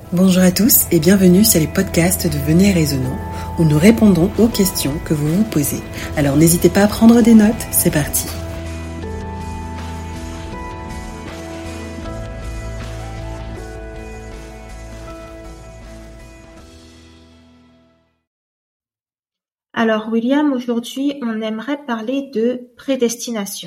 Bonjour à tous et bienvenue sur les podcasts de Venez Raisonnons où nous répondons aux questions que vous vous posez. Alors n'hésitez pas à prendre des notes, c'est parti. Alors William, aujourd'hui on aimerait parler de prédestination.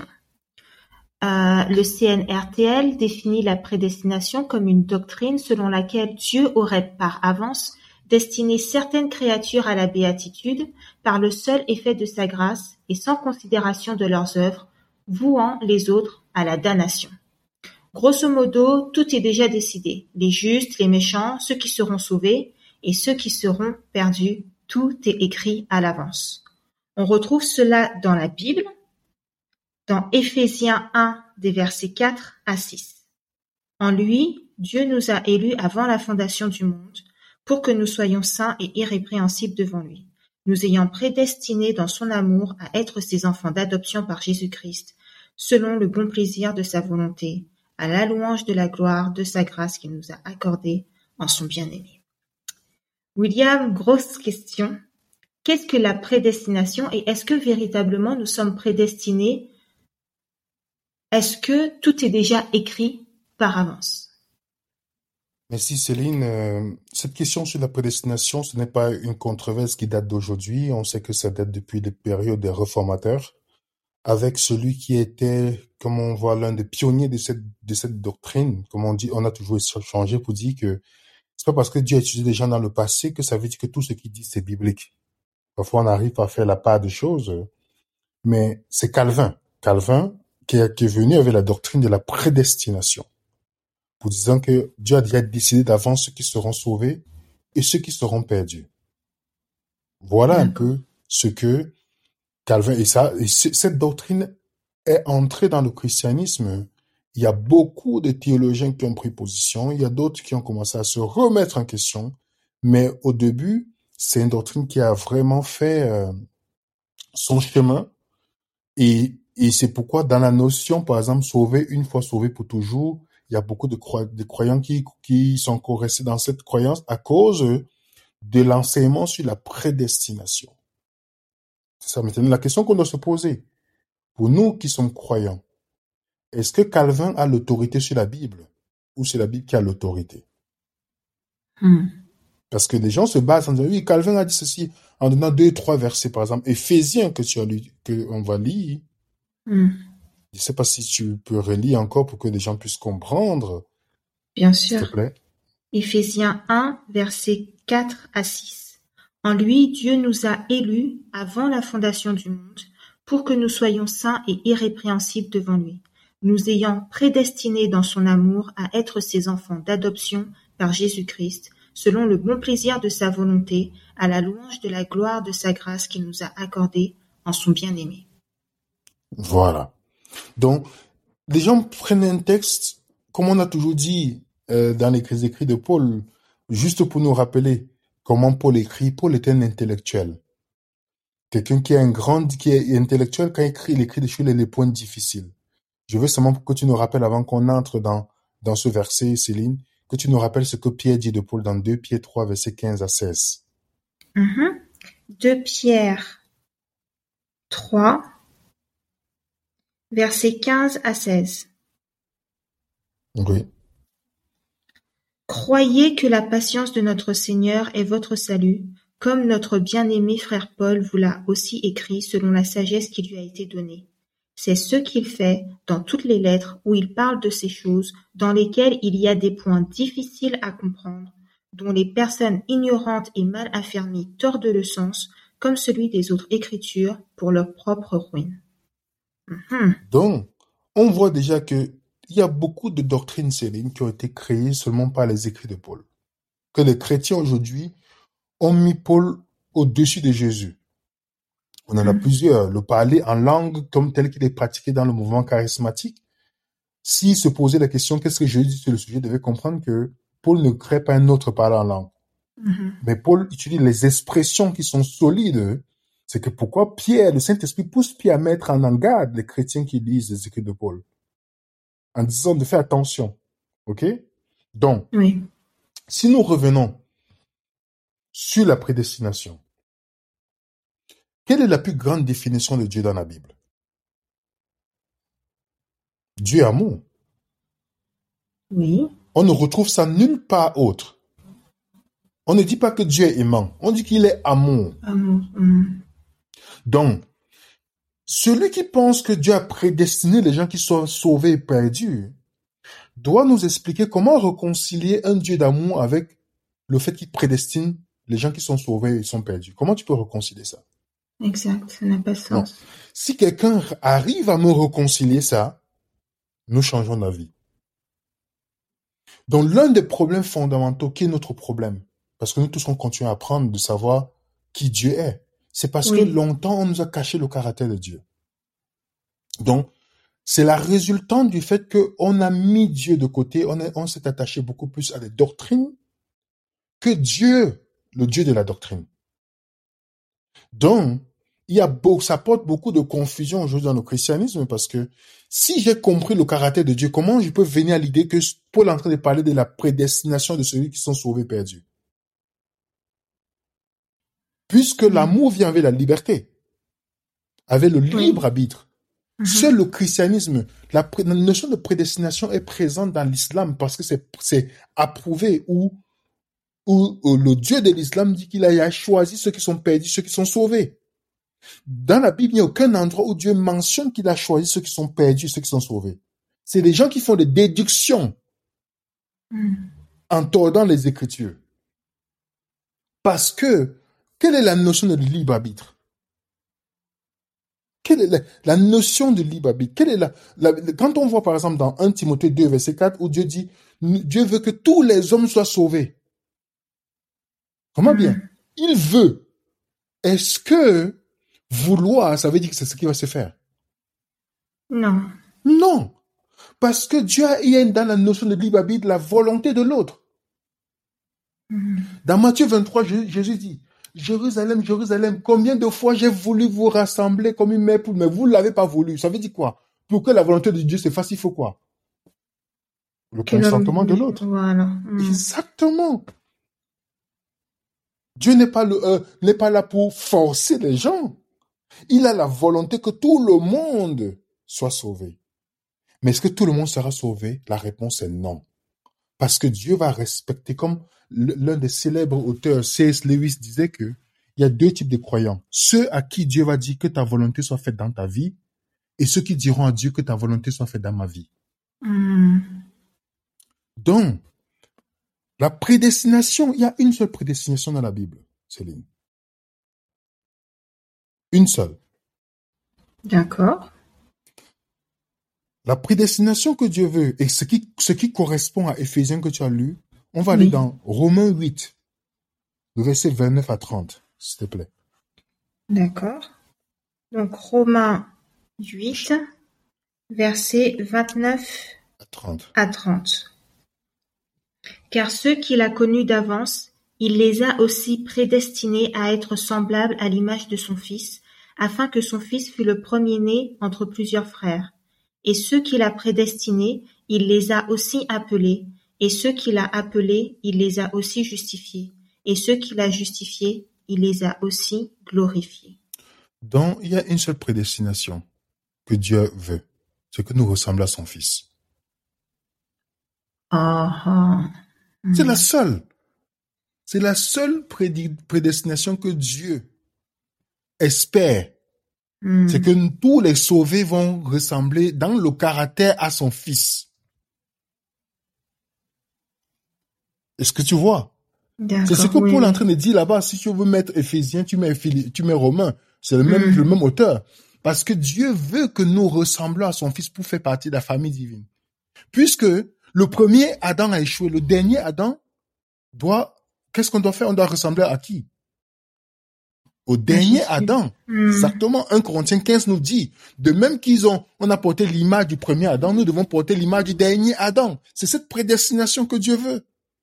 Le CNRTL définit la prédestination comme une doctrine selon laquelle Dieu aurait par avance destiné certaines créatures à la béatitude par le seul effet de sa grâce et sans considération de leurs œuvres, vouant les autres à la damnation. Grosso modo, tout est déjà décidé. Les justes, les méchants, ceux qui seront sauvés et ceux qui seront perdus, tout est écrit à l'avance. On retrouve cela dans la Bible, dans Éphésiens 1, des versets 4 à 6. En lui, Dieu nous a élus avant la fondation du monde pour que nous soyons saints et irrépréhensibles devant lui, nous ayant prédestinés dans son amour à être ses enfants d'adoption par Jésus-Christ, selon le bon plaisir de sa volonté, à la louange de la gloire de sa grâce qu'il nous a accordée en son bien-aimé. William, grosse question. Qu'est-ce que la prédestination et est-ce que véritablement nous sommes prédestinés? Est-ce que tout est déjà écrit par avance? Merci Céline. Cette question sur la prédestination, ce n'est pas une controverse qui date d'aujourd'hui. On sait que ça date depuis les périodes des réformateurs, avec celui qui était, comme on voit, l'un des pionniers de cette doctrine. Comme on dit, on a toujours changé pour dire que c'est pas parce que Dieu a utilisé des gens dans le passé que ça veut dire que tout ce qu'il dit c'est biblique. Parfois on arrive à faire la part des choses, mais c'est Calvin qui est venu avec la doctrine de la prédestination, pour disant que Dieu a déjà décidé d'avance ceux qui seront sauvés et ceux qui seront perdus. Voilà un peu ce que Calvin et cette doctrine est entrée dans le christianisme. Il y a beaucoup de théologiens qui ont pris position, il y a d'autres qui ont commencé à se remettre en question, mais au début, c'est une doctrine qui a vraiment fait son chemin et c'est pourquoi dans la notion, par exemple, sauvé une fois, sauvé pour toujours, il y a beaucoup de croyants qui sont encore restés dans cette croyance à cause de l'enseignement sur la prédestination. C'est ça maintenant la question qu'on doit se poser. Pour nous qui sommes croyants, est-ce que Calvin a l'autorité sur la Bible ou c'est la Bible qui a l'autorité? Parce que les gens se basent en disant, oui, Calvin a dit ceci, en donnant 2-3 versets, par exemple, Éphésiens qu'on va lire. Je ne sais pas si tu peux relire encore pour que les gens puissent comprendre. Bien sûr. S'il te plaît. Éphésiens 1, versets 4 à 6. En lui, Dieu nous a élus avant la fondation du monde pour que nous soyons saints et irrépréhensibles devant lui, nous ayant prédestinés dans son amour à être ses enfants d'adoption par Jésus-Christ, selon le bon plaisir de sa volonté, à la louange de la gloire de sa grâce qu'il nous a accordée en son bien-aimé. Voilà. Donc, les gens prennent un texte, comme on a toujours dit dans les écrits de Paul, juste pour nous rappeler comment Paul écrit. Paul était un intellectuel. Quelqu'un qui est intellectuel quand il écrit des choses les points difficiles. Je veux seulement que tu nous rappelles avant qu'on entre dans ce verset, Céline, que tu nous rappelles ce que Pierre dit de Paul dans 2 Pierre 3, versets 15 à 16. 2 Pierre 3, versets 15 à 16. Oui. Croyez que la patience de notre Seigneur est votre salut, comme notre bien-aimé frère Paul vous l'a aussi écrit selon la sagesse qui lui a été donnée. C'est ce qu'il fait dans toutes les lettres où il parle de ces choses dans lesquelles il y a des points difficiles à comprendre, dont les personnes ignorantes et mal affermies tordent le sens, comme celui des autres écritures, pour leur propre ruine. Donc, on voit déjà que il y a beaucoup de doctrines, Céline, qui ont été créées seulement par les écrits de Paul. Que les chrétiens aujourd'hui ont mis Paul au-dessus de Jésus. On en a plusieurs. Le parler en langue comme tel qu'il est pratiqué dans le mouvement charismatique. S'il se posait la question, qu'est-ce que Jésus dit sur le sujet, devait comprendre que Paul ne crée pas un autre parler en langue. Mais Paul utilise les expressions qui sont solides. C'est que pourquoi Pierre, le Saint-Esprit, pousse Pierre à mettre en garde les chrétiens qui lisent les écrits de Paul. En disant de faire attention. OK? Donc, Oui. Si nous revenons sur la prédestination, quelle est la plus grande définition de Dieu dans la Bible? Dieu est amour. Oui. On ne retrouve ça nulle part autre. On ne dit pas que Dieu est aimant, on dit qu'il est amour. Amour. Donc, celui qui pense que Dieu a prédestiné les gens qui sont sauvés et perdus doit nous expliquer comment réconcilier un Dieu d'amour avec le fait qu'il prédestine les gens qui sont sauvés et sont perdus. Comment tu peux réconcilier ça? Exact, ça n'a pas de Non. sens. Si quelqu'un arrive à me réconcilier ça, nous changeons d'avis. Donc, l'un des problèmes fondamentaux qui est notre problème, parce que nous tous on continue à apprendre de savoir qui Dieu est, c'est parce que longtemps on nous a caché le caractère de Dieu. Donc, c'est la résultante du fait qu'on a mis Dieu de côté, on s'est attaché beaucoup plus à des doctrines que Dieu, le Dieu de la doctrine. Donc, ça porte beaucoup de confusion aujourd'hui dans le christianisme parce que si j'ai compris le caractère de Dieu, comment je peux venir à l'idée que Paul est en train de parler de la prédestination de ceux qui sont sauvés perdus? Puisque l'amour vient avec la liberté, avec le libre arbitre. Seul le christianisme, la notion de prédestination est présente dans l'islam parce que c'est approuvé où le Dieu de l'islam dit qu'il a choisi ceux qui sont perdus, ceux qui sont sauvés. Dans la Bible, il n'y a aucun endroit où Dieu mentionne qu'il a choisi ceux qui sont perdus, ceux qui sont sauvés. C'est les gens qui font des déductions en tordant les Écritures. Parce que, quelle est la notion de libre arbitre? Quelle est la notion de libre arbitre? Quelle est quand on voit par exemple dans 1 Timothée 2, verset 4, où Dieu dit, Dieu veut que tous les hommes soient sauvés. Comment bien? Il veut. Est-ce que vouloir, ça veut dire que c'est ce qui va se faire? Non. Non. Parce que Dieu a dans la notion de libre arbitre la volonté de l'autre. Dans Matthieu 23, Jésus dit, Jérusalem, Jérusalem, combien de fois j'ai voulu vous rassembler comme une mère poule, mais vous ne l'avez pas voulu. Ça veut dire quoi? Pour que la volonté de Dieu se fasse, il faut quoi? Le consentement de l'autre. Voilà. Exactement. Dieu n'est pas là pour forcer les gens. Il a la volonté que tout le monde soit sauvé. Mais est-ce que tout le monde sera sauvé? La réponse est non. Parce que Dieu va respecter, comme l'un des célèbres auteurs, C.S. Lewis, disait que il y a deux types de croyants. Ceux à qui Dieu va dire que ta volonté soit faite dans ta vie et ceux qui diront à Dieu que ta volonté soit faite dans ma vie. Donc, la prédestination, il y a une seule prédestination dans la Bible, Céline. Une seule. D'accord. La prédestination que Dieu veut et ce qui correspond à Éphésiens que tu as lu, on va aller dans Romains 8, le verset 29 à 30, s'il te plaît. D'accord. Donc, Romains 8, verset 29 à 30. Car ceux qu'il a connus d'avance, il les a aussi prédestinés à être semblables à l'image de son Fils, afin que son Fils fût le premier-né entre plusieurs frères. Et ceux qu'il a prédestinés, il les a aussi appelés. Et ceux qu'il a appelés, il les a aussi justifiés. Et ceux qu'il a justifiés, il les a aussi glorifiés. Donc, il y a une seule prédestination que Dieu veut, c'est que nous ressemblions à son Fils. C'est la seule. C'est la seule prédestination que Dieu espère. C'est que tous les sauvés vont ressembler dans le caractère à son Fils. Est-ce que tu vois? C'est ce que Paul est en train de dire là-bas. Si tu veux mettre Éphésiens, tu mets Romains. C'est le même auteur. Parce que Dieu veut que nous ressemblions à son Fils pour faire partie de la famille divine. Puisque le premier Adam a échoué, le dernier Adam qu'est-ce qu'on doit faire? On doit ressembler à qui? Au dernier Adam. Exactement. 1 Corinthiens 15 nous dit, de même on a porté l'image du premier Adam, nous devons porter l'image du dernier Adam. C'est cette prédestination que Dieu veut.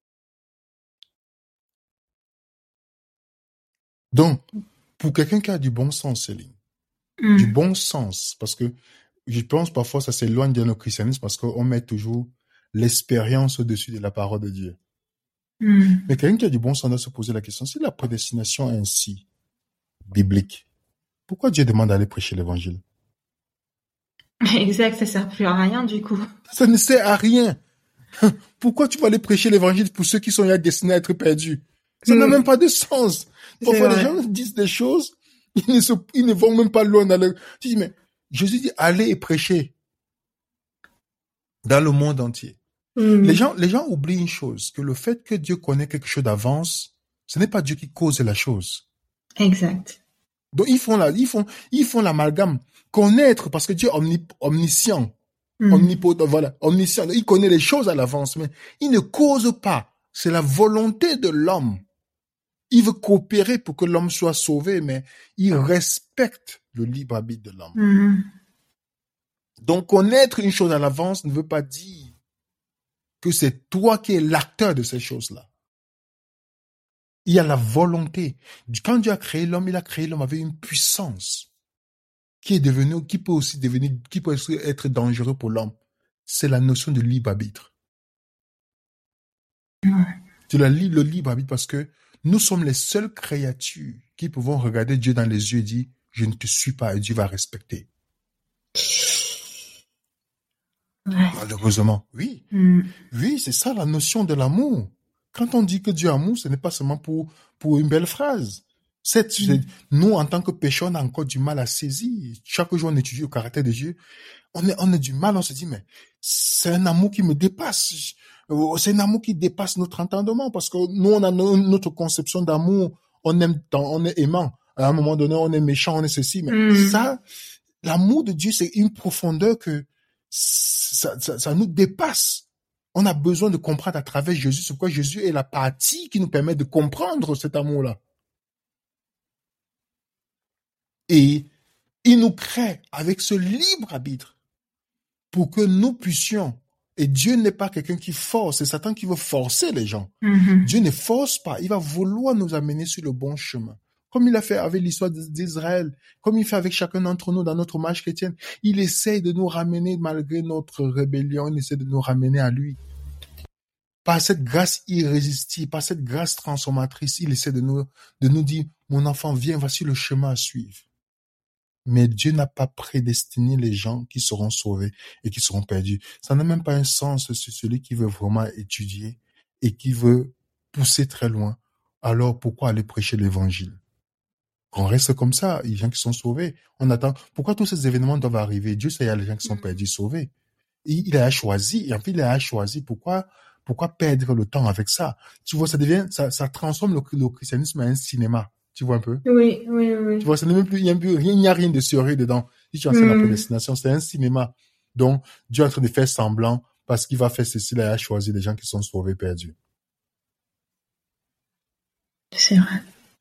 Donc, pour quelqu'un qui a du bon sens, Céline, du bon sens, parce que je pense parfois ça s'éloigne de notre christianisme parce qu'on met toujours l'expérience au-dessus de la parole de Dieu. Mais quelqu'un qui a du bon sens doit se poser la question, si la prédestination est ainsi biblique, pourquoi Dieu demande d'aller prêcher l'évangile? Exact, ça sert plus à rien du coup. Ça ne sert à rien. Pourquoi tu vas aller prêcher l'évangile pour ceux qui sont déjà destinés à être perdus? Ça n'a même pas de sens. Parfois, les gens disent des choses, ils ne vont même pas loin dans le... Tu dis, mais Jésus dit, allez et prêcher dans le monde entier. Les gens oublient une chose, que le fait que Dieu connaît quelque chose d'avance, ce n'est pas Dieu qui cause la chose. Exact. Donc, ils font l'amalgame. Connaître, parce que Dieu est omniscient. Omnipotent, voilà, omniscient. Il connaît les choses à l'avance, mais il ne cause pas. C'est la volonté de l'homme. Il veut coopérer pour que l'homme soit sauvé, mais il respecte le libre arbitre de l'homme. Donc, connaître une chose à l'avance ne veut pas dire que c'est toi qui es l'acteur de ces choses-là. Il y a la volonté. Quand Dieu a créé l'homme, il a créé l'homme avec une puissance qui peut aussi être dangereux pour l'homme. C'est la notion de libre arbitre. Tu le libre arbitre parce que nous sommes les seules créatures qui pouvons regarder Dieu dans les yeux et dire, je ne te suis pas, et Dieu va respecter. Malheureusement, oui. Oui, c'est ça la notion de l'amour. Quand on dit que Dieu est amour, ce n'est pas seulement pour une belle phrase. Nous, en tant que pécheurs, on a encore du mal à saisir. Chaque jour, on étudie le caractère de Dieu. On a du mal, on se dit, mais c'est un amour qui me dépasse. C'est un amour qui dépasse notre entendement parce que nous, on a notre conception d'amour. On est aimant. À un moment donné, on est méchant, on est ceci. Mais ça, l'amour de Dieu, c'est une profondeur que ça nous dépasse. On a besoin de comprendre à travers Jésus. C'est pourquoi Jésus est la partie qui nous permet de comprendre cet amour-là. Et il nous crée avec ce libre arbitre pour que nous puissions. Et Dieu n'est pas quelqu'un qui force, c'est Satan qui veut forcer les gens. Dieu ne force pas, il va vouloir nous amener sur le bon chemin. Comme il a fait avec l'histoire d'Israël, comme il fait avec chacun d'entre nous dans notre marche chrétienne. Il essaye de nous ramener, malgré notre rébellion, il essaie de nous ramener à lui. Par cette grâce irrésistible, par cette grâce transformatrice, il essaie de nous dire, mon enfant, viens, voici le chemin à suivre. Mais Dieu n'a pas prédestiné les gens qui seront sauvés et qui seront perdus. Ça n'a même pas un sens sur celui qui veut vraiment étudier et qui veut pousser très loin. Alors pourquoi aller prêcher l'évangile? On reste comme ça, il y a des gens qui sont sauvés. On attend. Pourquoi tous ces événements doivent arriver? Dieu sait, il y a les gens qui sont perdus, sauvés. Il a choisi, et en fait, il a choisi. Pourquoi perdre le temps avec ça? Tu vois, ça transforme le christianisme en un cinéma. Tu vois un peu? Oui. Tu vois, ça n'est même plus, il n'y a rien de sérieux dedans. Si tu enseignes la prédestination, c'est un cinéma. Donc, Dieu est en train de faire semblant parce qu'il va faire ceci, là, il a choisi des gens qui sont sauvés, perdus. C'est vrai.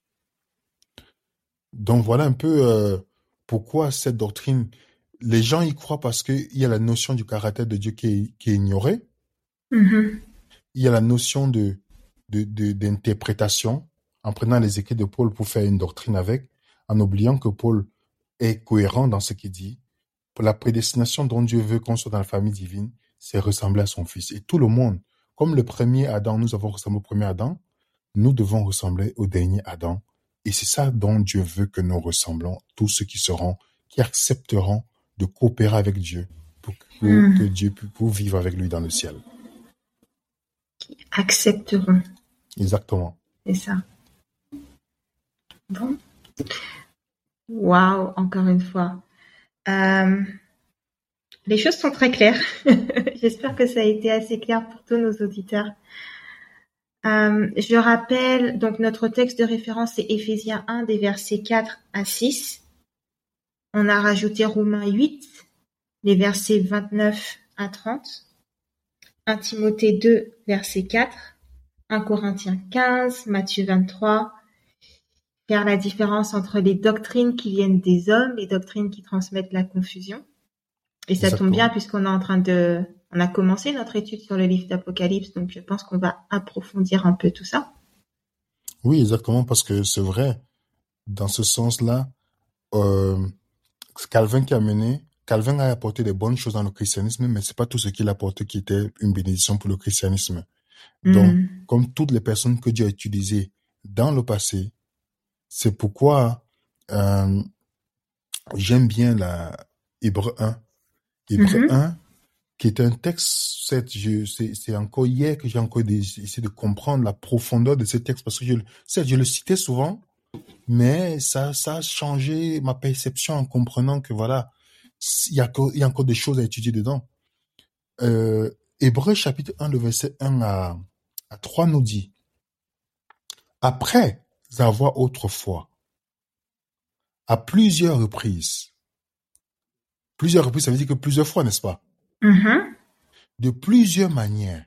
Donc, voilà un peu pourquoi cette doctrine, les gens y croient parce qu'il y a la notion du caractère de Dieu qui est ignorée. Il y a la notion d'interprétation, en prenant les écrits de Paul pour faire une doctrine avec, en oubliant que Paul est cohérent dans ce qu'il dit. Pour la prédestination dont Dieu veut qu'on soit dans la famille divine, c'est ressembler à son Fils. Et tout le monde, comme le premier Adam, nous avons ressemblé au premier Adam, nous devons ressembler au dernier Adam. Et c'est ça dont Dieu veut que nous ressemblons, tous ceux qui accepteront de coopérer avec Dieu pour que Dieu puisse vivre avec lui dans le ciel. Qui accepteront. Exactement. C'est ça. Bon. Waouh, encore une fois. Les choses sont très claires. J'espère que ça a été assez clair pour tous nos auditeurs. Je rappelle, donc notre texte de référence c'est Éphésiens 1 des versets 4 à 6. On a rajouté Romains 8, les versets 29 à 30. 1 Timothée 2, verset 4. 1 Corinthiens 15, Matthieu 23. Faire la différence entre les doctrines qui viennent des hommes, les doctrines qui transmettent la confusion. Et ça tombe bien puisqu'on est on a commencé notre étude sur le livre d'Apocalypse, donc je pense qu'on va approfondir un peu tout ça. Oui, exactement, parce que c'est vrai, dans ce sens-là, Calvin a apporté des bonnes choses dans le christianisme, mais c'est pas tout ce qu'il a apporté qui était une bénédiction pour le christianisme. Donc, comme toutes les personnes que Dieu a utilisées dans le passé, c'est pourquoi j'aime bien la Hébreux 1. Hébreux 1, qui est un texte, c'est encore hier que j'ai encore essayé de comprendre la profondeur de ce texte, parce que je le citais souvent, mais ça a changé ma perception en comprenant que voilà, il y a encore des choses à étudier dedans. Hébreux chapitre 1, le verset 1 à 3 nous dit: après avoir autrefois, à plusieurs reprises, ça veut dire que plusieurs fois, n'est-ce pas? De plusieurs manières.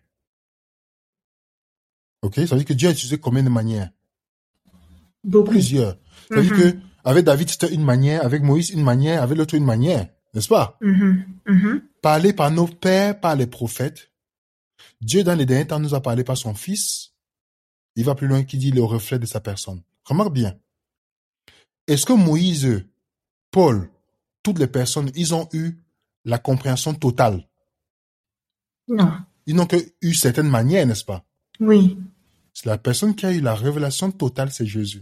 Ok? Ça veut dire que Dieu a utilisé combien de manières? Beaucoup. Plusieurs. Ça veut dire que avec David, c'était une manière, avec Moïse, une manière, avec l'autre, une manière. N'est-ce pas? Parlé par nos pères, par les prophètes. Dieu, dans les derniers temps, nous a parlé par son Fils. Il va plus loin, qui dit le reflet de sa personne. Remarque bien. Est-ce que Moïse, Paul, toutes les personnes, ils ont eu la compréhension totale? Non. Ils n'ont que eu certaines manières, n'est-ce pas? Oui. C'est la personne qui a eu la révélation totale, c'est Jésus.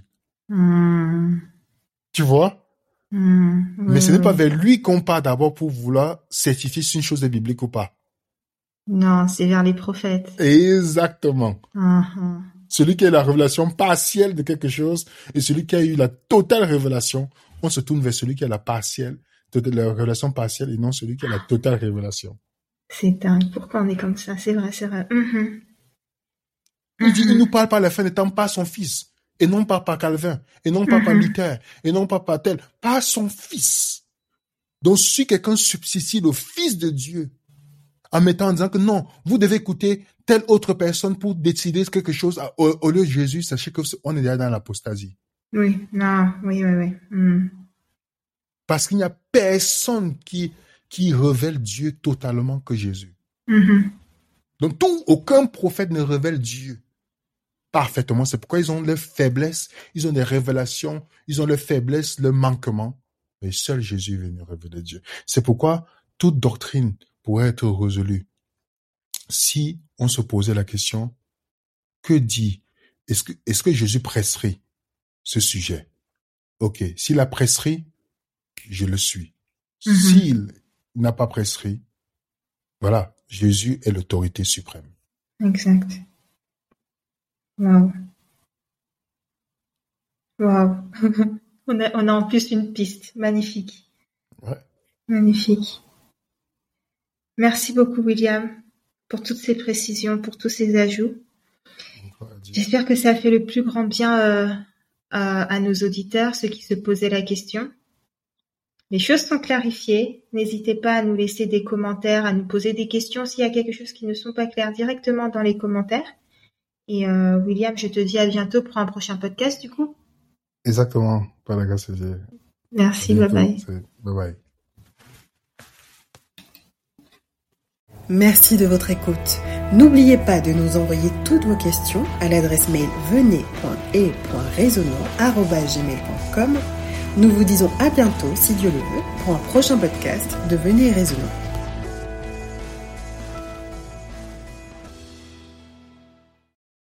Tu vois? Mais ce n'est pas vers lui qu'on part d'abord pour vouloir certifier si une chose est biblique ou pas. Non, c'est vers les prophètes. Exactement. Celui qui a eu la révélation partielle de quelque chose et celui qui a eu la totale révélation, on se tourne vers celui qui a la révélation partielle et non celui qui a la totale révélation. C'est dingue. Pourquoi on est comme ça? C'est vrai, c'est vrai. Il dit, il nous parle par la fin des temps, par son Fils, et non pas par Calvin, et non pas par Luther, et non pas par tel, par son Fils. Donc, si quelqu'un substitue le Fils de Dieu, en mettant en disant que non, vous devez écouter telle autre personne pour décider quelque chose au lieu de Jésus, sachez qu'on est déjà dans l'apostasie. Oui, non, oui. Parce qu'il n'y a personne qui révèle Dieu totalement que Jésus. Donc, aucun prophète ne révèle Dieu parfaitement. C'est pourquoi ils ont leurs faiblesses, ils ont des révélations, ils ont leurs faiblesses, leurs manquements. Mais seul Jésus est venu révéler Dieu. C'est pourquoi toute doctrine pourrait être résolue si on se posait la question, que dit, est-ce que Jésus presserait ce sujet? Ok, s'il a presserie, je le suis. S'il n'a pas presserie, voilà, Jésus est l'autorité suprême. Exact. Wow. On a en plus une piste. Magnifique. Ouais. Magnifique. Merci beaucoup, William, pour toutes ces précisions, pour tous ces ajouts. J'espère que ça a fait le plus grand bien à nos auditeurs, ceux qui se posaient la question. Les choses sont clarifiées. N'hésitez pas à nous laisser des commentaires, à nous poser des questions s'il y a quelque chose qui ne sont pas clairs directement dans les commentaires. Et William, je te dis à bientôt pour un prochain podcast du coup. Exactement, par la grâce de Dieu. Merci, bye bye. Bye bye. Merci de votre écoute. N'oubliez pas de nous envoyer toutes vos questions à l'adresse mail venez.et.raisonnant@gmail.com. Nous vous disons à bientôt, si Dieu le veut, pour un prochain podcast de Venez et Raisonnons.